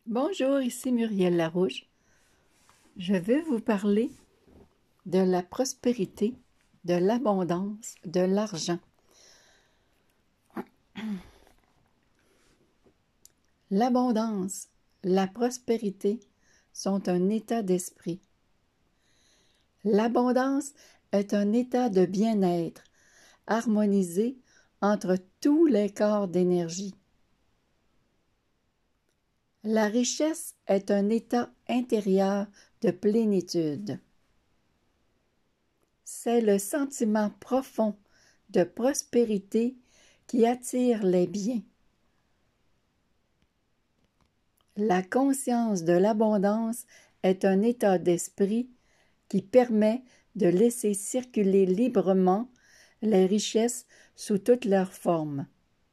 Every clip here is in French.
Bonjour, ici Muriel Larouche. Je vais vous parler de la prospérité, de l'abondance, de l'argent. L'abondance, la prospérité sont un état d'esprit. L'abondance est un état de bien-être, harmonisé entre tous les corps d'énergie. La richesse est un état intérieur de plénitude. C'est le sentiment profond de prospérité qui attire les biens. La conscience de l'abondance est un état d'esprit qui permet de laisser circuler librement les richesses sous toutes leurs formes.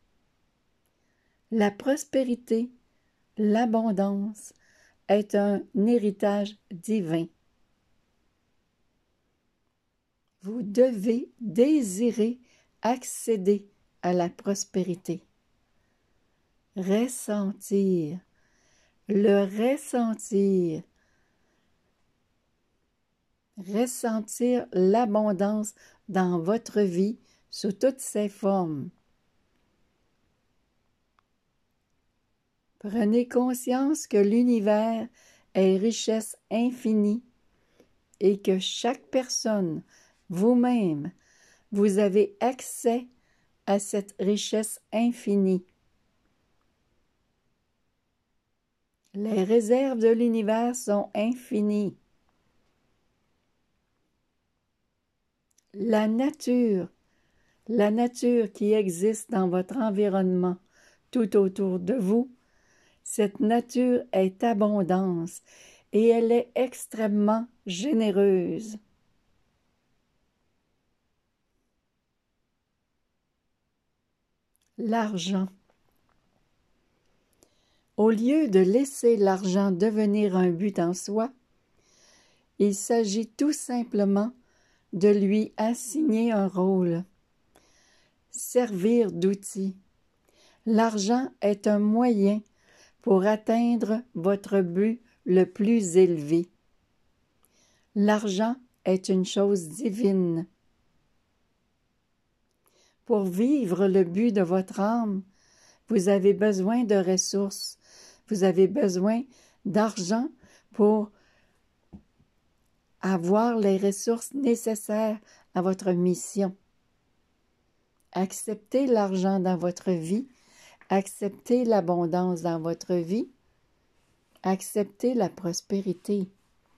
La prospérité, l'abondance est un héritage divin. Vous devez désirer accéder à la prospérité. Ressentir, le ressentir. Ressentir l'abondance dans votre vie sous toutes ses formes. Prenez conscience que l'univers est richesse infinie et que chaque personne, vous-même, vous avez accès à cette richesse infinie. Les réserves de l'univers sont infinies. La nature qui existe dans votre environnement, tout autour de vous, cette nature est abondance et elle est extrêmement généreuse. L'argent. Au lieu de laisser l'argent devenir un but en soi, il s'agit tout simplement de lui assigner un rôle. Servir d'outil. L'argent est un moyen pour atteindre votre but le plus élevé. L'argent est une chose divine. Pour vivre le but de votre âme, vous avez besoin de ressources. Vous avez besoin d'argent pour avoir les ressources nécessaires à votre mission. Acceptez l'argent dans votre vie. Acceptez l'abondance dans votre vie. Acceptez la prospérité.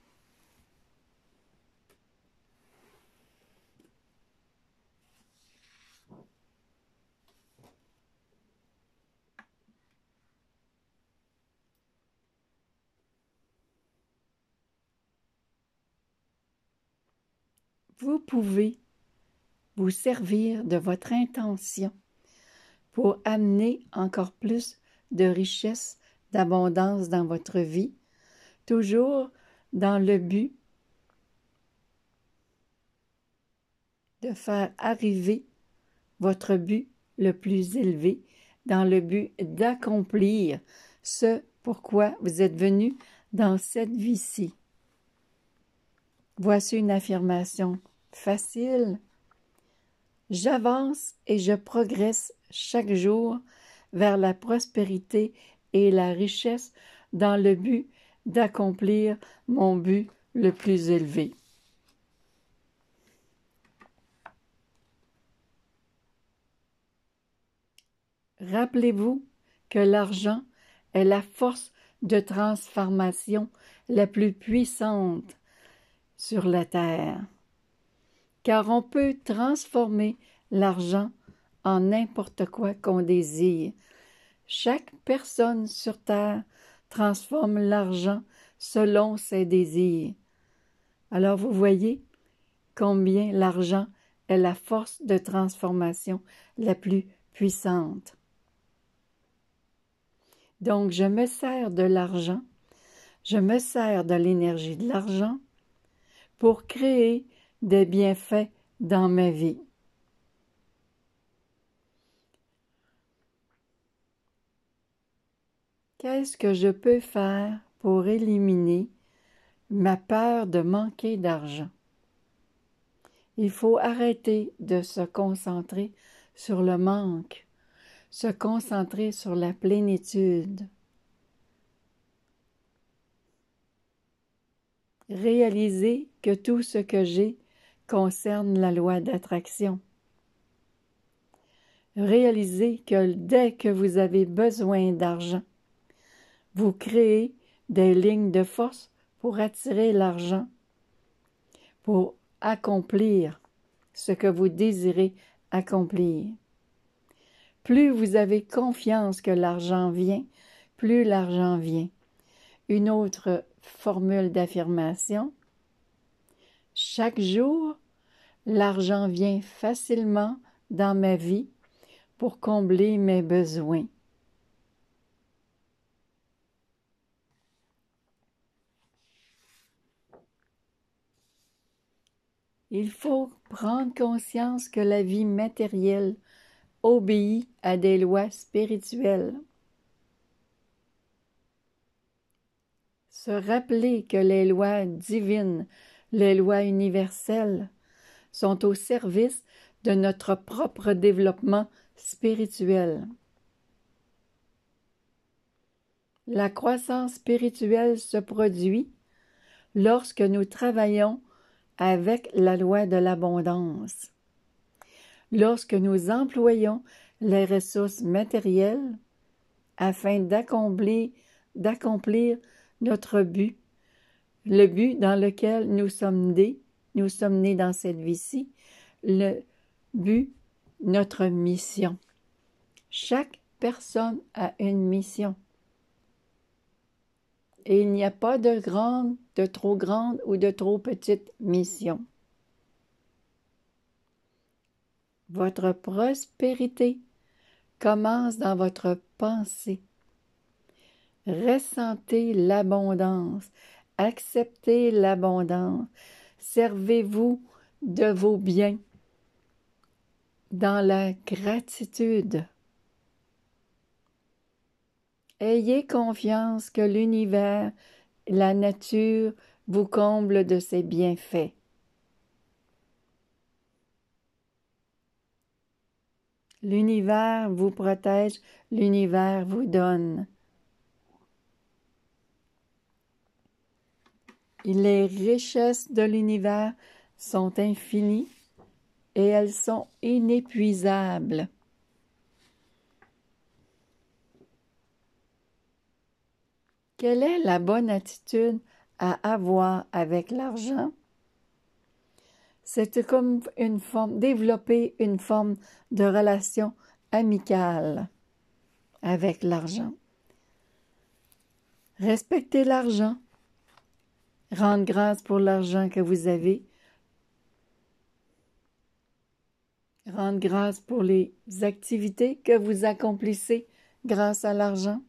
Vous pouvez vous servir de votre intention pour amener encore plus de richesse, d'abondance dans votre vie, toujours dans le but de faire arriver votre but le plus élevé, dans le but d'accomplir ce pourquoi vous êtes venu dans cette vie-ci. Voici une affirmation facile. J'avance et je progresse chaque jour vers la prospérité et la richesse dans le but d'accomplir mon but le plus élevé. Rappelez-vous que l'argent est la force de transformation la plus puissante sur la terre, car on peut transformer l'argent en n'importe quoi qu'on désire. Chaque personne sur terre transforme l'argent selon ses désirs. Alors vous voyez combien l'argent est la force de transformation la plus puissante. Donc je me sers de l'argent, je me sers de l'énergie de l'argent pour créer des bienfaits dans ma vie. Qu'est-ce que je peux faire pour éliminer ma peur de manquer d'argent? Il faut arrêter de se concentrer sur le manque, se concentrer sur la plénitude. Réaliser que tout ce que j'ai concerne la loi d'attraction. Réalisez que dès que vous avez besoin d'argent, vous créez des lignes de force pour attirer l'argent, pour accomplir ce que vous désirez accomplir. Plus vous avez confiance que l'argent vient, plus l'argent vient. Une autre formule d'affirmation: chaque jour, l'argent vient facilement dans ma vie pour combler mes besoins. Il faut prendre conscience que la vie matérielle obéit à des lois spirituelles. Se rappeler que les lois divines, les lois universelles, sont au service de notre propre développement spirituel. La croissance spirituelle se produit lorsque nous travaillons avec la loi de l'abondance. Lorsque nous employons les ressources matérielles afin d'accomplir notre but, le but dans lequel nous sommes nés dans cette vie-ci, le but, notre mission. Chaque personne a une mission. Et il n'y a pas de grande, de trop grande ou de trop petite mission. Votre prospérité commence dans votre pensée. Ressentez l'abondance, acceptez l'abondance, servez-vous de vos biens dans la gratitude. Ayez confiance que l'univers, la nature vous comble de ses bienfaits. L'univers vous protège, l'univers vous donne. Les richesses de l'univers sont infinies et elles sont inépuisables. Quelle est la bonne attitude à avoir avec l'argent? C'est comme développer une forme de relation amicale avec l'argent. Respectez l'argent. Rendre grâce pour l'argent que vous avez. Rendre grâce pour les activités que vous accomplissez grâce à l'argent.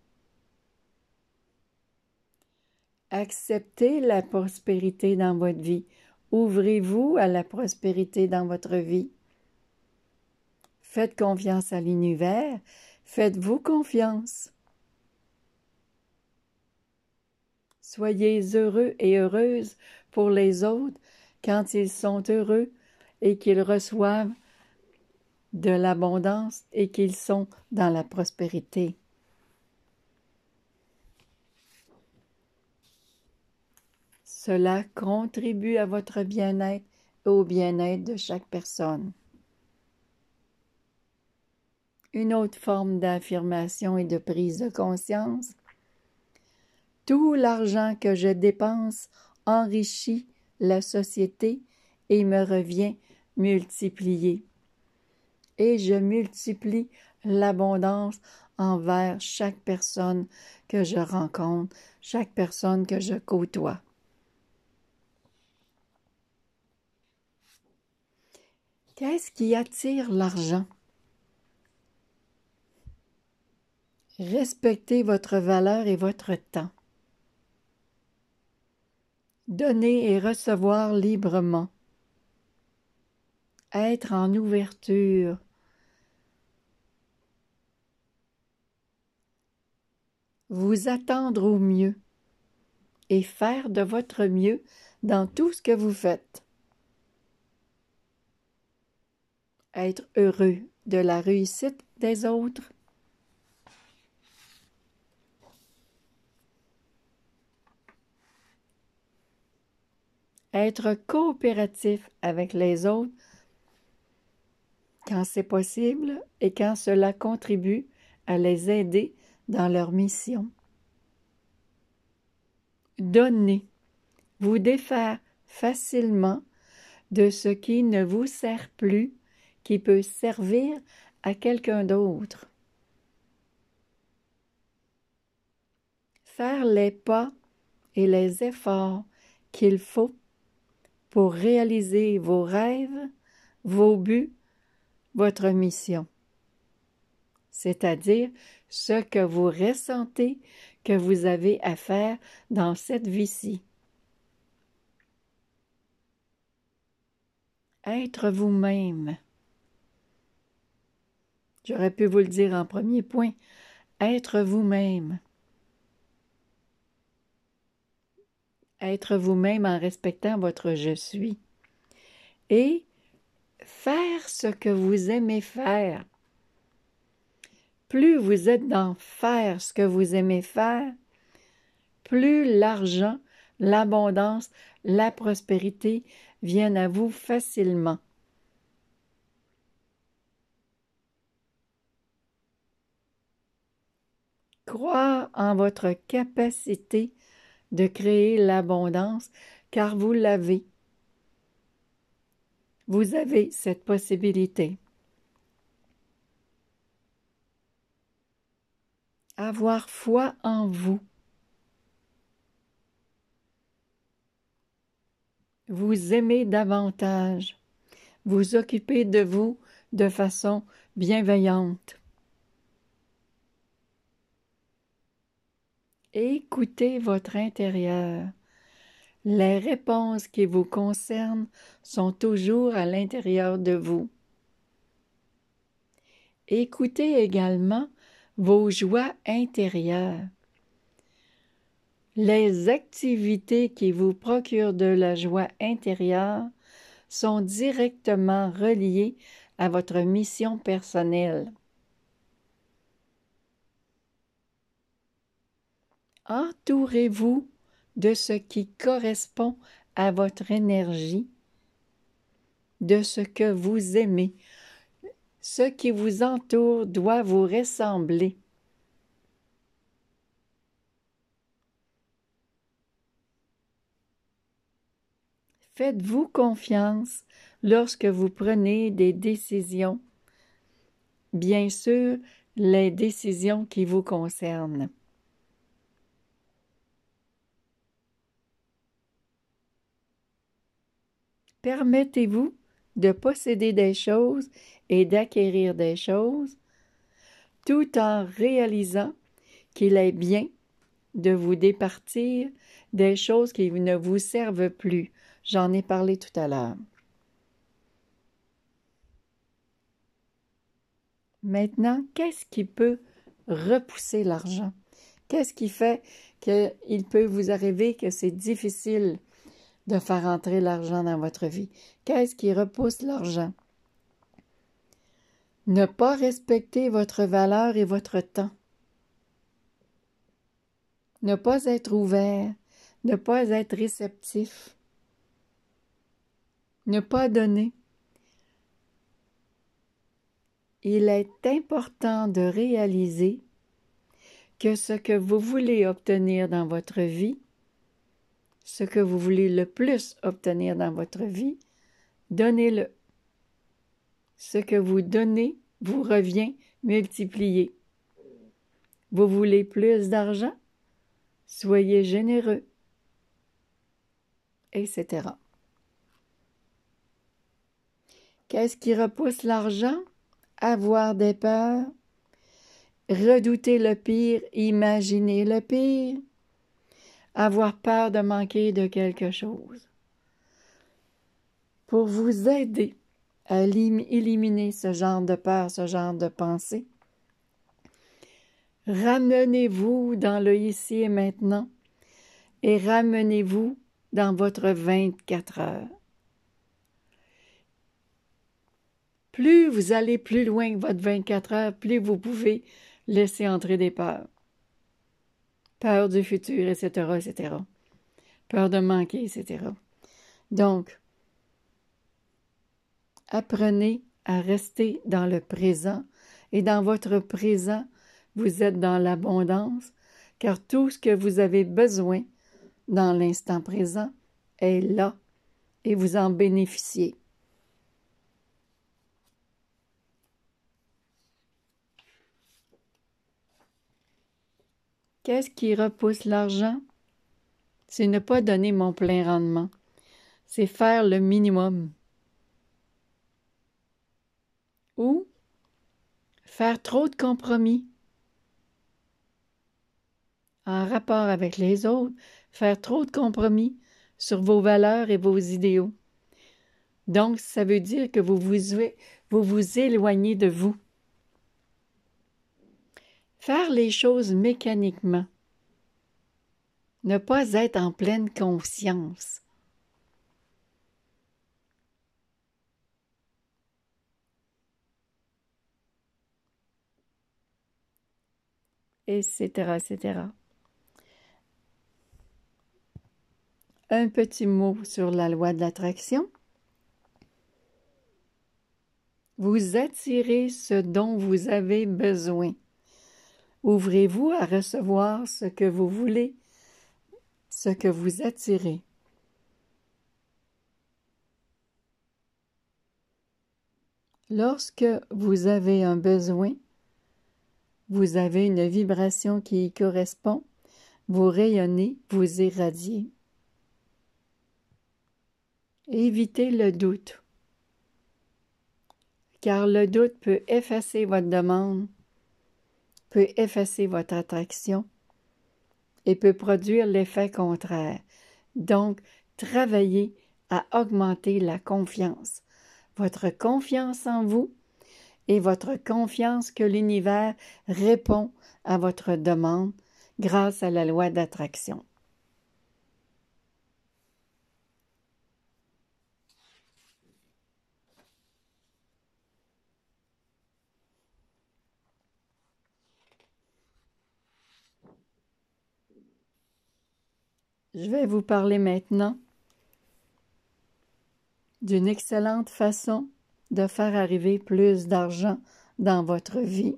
Acceptez la prospérité dans votre vie. Ouvrez-vous à la prospérité dans votre vie. Faites confiance à l'univers. Faites-vous confiance. Soyez heureux et heureuses pour les autres quand ils sont heureux et qu'ils reçoivent de l'abondance et qu'ils sont dans la prospérité. Cela contribue à votre bien-être et au bien-être de chaque personne. Une autre forme d'affirmation et de prise de conscience. Tout l'argent que je dépense enrichit la société et me revient multiplié. Et je multiplie l'abondance envers chaque personne que je rencontre, chaque personne que je côtoie. Qu'est-ce qui attire l'argent? Respectez votre valeur et votre temps. Donner et recevoir librement. Être en ouverture. vous attendre au mieux et faire de votre mieux dans tout ce que vous faites. Être heureux de la réussite des autres. Être coopératif avec les autres quand c'est possible et quand cela contribue à les aider dans leur mission. Donner, vous défaire facilement de ce qui ne vous sert plus, qui peut servir à quelqu'un d'autre. Faire les pas et les efforts qu'il faut pour réaliser vos rêves, vos buts, votre mission, c'est-à-dire ce que vous ressentez que vous avez à faire dans cette vie-ci. Être vous-même. J'aurais pu vous le dire en premier point. Être vous-même. Être vous-même en respectant votre « je suis ». Et faire ce que vous aimez faire. Plus vous êtes dans faire ce que vous aimez faire, plus l'argent, l'abondance, la prospérité viennent à vous facilement. Croire en votre capacité de créer l'abondance, car vous l'avez. Vous avez cette possibilité. Avoir foi en vous. Vous aimer davantage. Vous occuper de vous de façon bienveillante. Écoutez votre intérieur. Les réponses qui vous concernent sont toujours à l'intérieur de vous. Écoutez également vos joies intérieures. Les activités qui vous procurent de la joie intérieure sont directement reliées à votre mission personnelle. Entourez-vous de ce qui correspond à votre énergie, de ce que vous aimez. Ce qui vous entoure doit vous ressembler. Faites-vous confiance lorsque vous prenez des décisions, bien sûr, les décisions qui vous concernent. Permettez-vous de posséder des choses et d'acquérir des choses, tout en réalisant qu'il est bien de vous départir des choses qui ne vous servent plus. J'en ai parlé tout à l'heure. Maintenant, qu'est-ce qui peut repousser l'argent? Qu'est-ce qui fait qu'il peut vous arriver que c'est difficile de faire entrer l'argent dans votre vie? Qu'est-ce qui repousse l'argent? Ne pas respecter votre valeur et votre temps. Ne pas être ouvert. Ne pas être réceptif. Ne pas donner. Il est important de réaliser que ce que vous voulez obtenir dans votre vie, ce que vous voulez le plus obtenir dans votre vie, donnez-le. Ce que vous donnez vous revient multiplié. Vous voulez plus d'argent? Soyez généreux, etc. Qu'est-ce qui repousse l'argent? Avoir des peurs, redouter le pire, imaginer le pire, avoir peur de manquer de quelque chose. Pour vous aider à éliminer ce genre de peur, ce genre de pensée, Ramenez-vous dans le ici et maintenant et ramenez-vous dans votre 24 heures. Plus vous allez plus loin que votre 24 heures, plus vous pouvez laisser entrer des peurs. Peur du futur, etc., etc. Peur de manquer, etc. Donc, apprenez à rester dans le présent et dans votre présent, vous êtes dans l'abondance, car tout ce que vous avez besoin dans l'instant présent est là et vous en bénéficiez. Qu'est-ce qui repousse l'argent? C'est ne pas donner mon plein rendement. C'est faire le minimum. Ou faire trop de compromis en rapport avec les autres, faire trop de compromis sur vos valeurs et vos idéaux. Donc, ça veut dire que vous vous éloignez de vous. Faire les choses mécaniquement. Ne pas être en pleine conscience. Etc., etc. Un petit mot sur la loi de l'attraction. Vous attirez ce dont vous avez besoin. Ouvrez-vous à recevoir ce que vous voulez, ce que vous attirez. Lorsque vous avez un besoin, vous avez une vibration qui y correspond, vous rayonnez, vous irradiez. Évitez le doute, car le doute peut effacer votre demande, peut effacer votre attraction et peut produire l'effet contraire. Donc, travaillez à augmenter la confiance, votre confiance en vous et votre confiance que l'univers répond à votre demande grâce à la loi d'attraction. Je vais vous parler maintenant d'une excellente façon de faire arriver plus d'argent dans votre vie.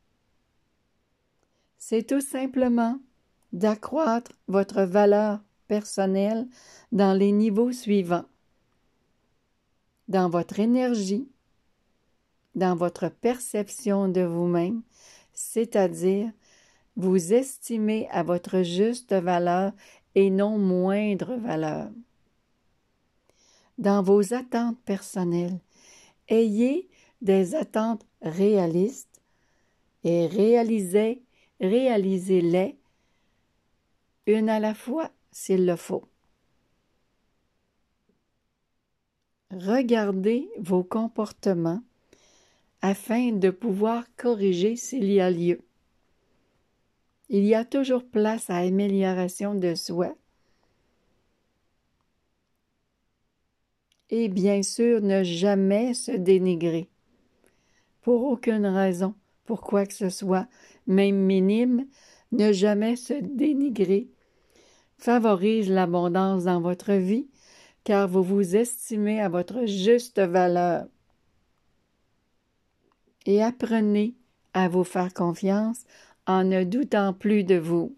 C'est tout simplement d'accroître votre valeur personnelle dans les niveaux suivants. Dans votre énergie, dans votre perception de vous-même, c'est-à-dire vous estimez à votre juste valeur et non moindre valeur. Dans vos attentes personnelles, ayez des attentes réalistes et réalisez-les une à la fois s'il le faut. Regardez vos comportements afin de pouvoir corriger s'il y a lieu. Il y a toujours place à amélioration de soi. Et bien sûr, ne jamais se dénigrer. Pour aucune raison, pour quoi que ce soit, même minime, ne jamais se dénigrer favorise l'abondance dans votre vie, car vous vous estimez à votre juste valeur. Et apprenez à vous faire confiance en ne doutant plus de vous.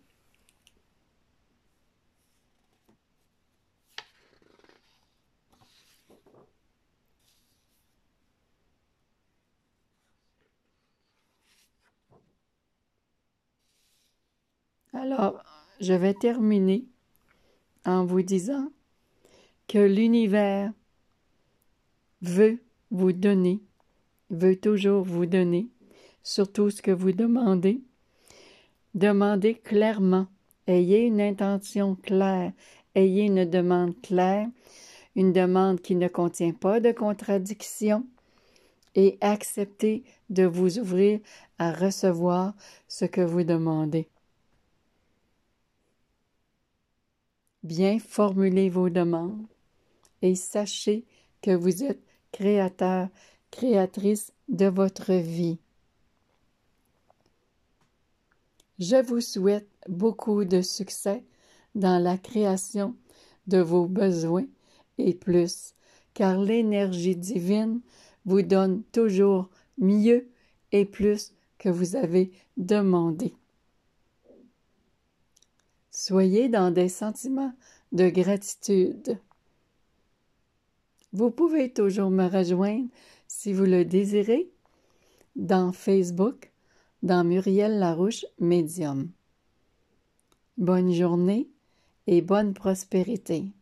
Alors, je vais terminer en vous disant que l'univers veut vous donner, veut toujours vous donner, surtout ce que vous demandez. Demandez clairement, ayez une intention claire, ayez une demande claire, une demande qui ne contient pas de contradiction, et acceptez de vous ouvrir à recevoir ce que vous demandez. Bien formulez vos demandes et sachez que vous êtes créateur, créatrice de votre vie. Je vous souhaite beaucoup de succès dans la création de vos besoins et plus, car l'énergie divine vous donne toujours mieux et plus que vous avez demandé. Soyez dans des sentiments de gratitude. Vous pouvez toujours me rejoindre si vous le désirez dans Facebook, dans Muriel Larouche Médium. Bonne journée et bonne prospérité.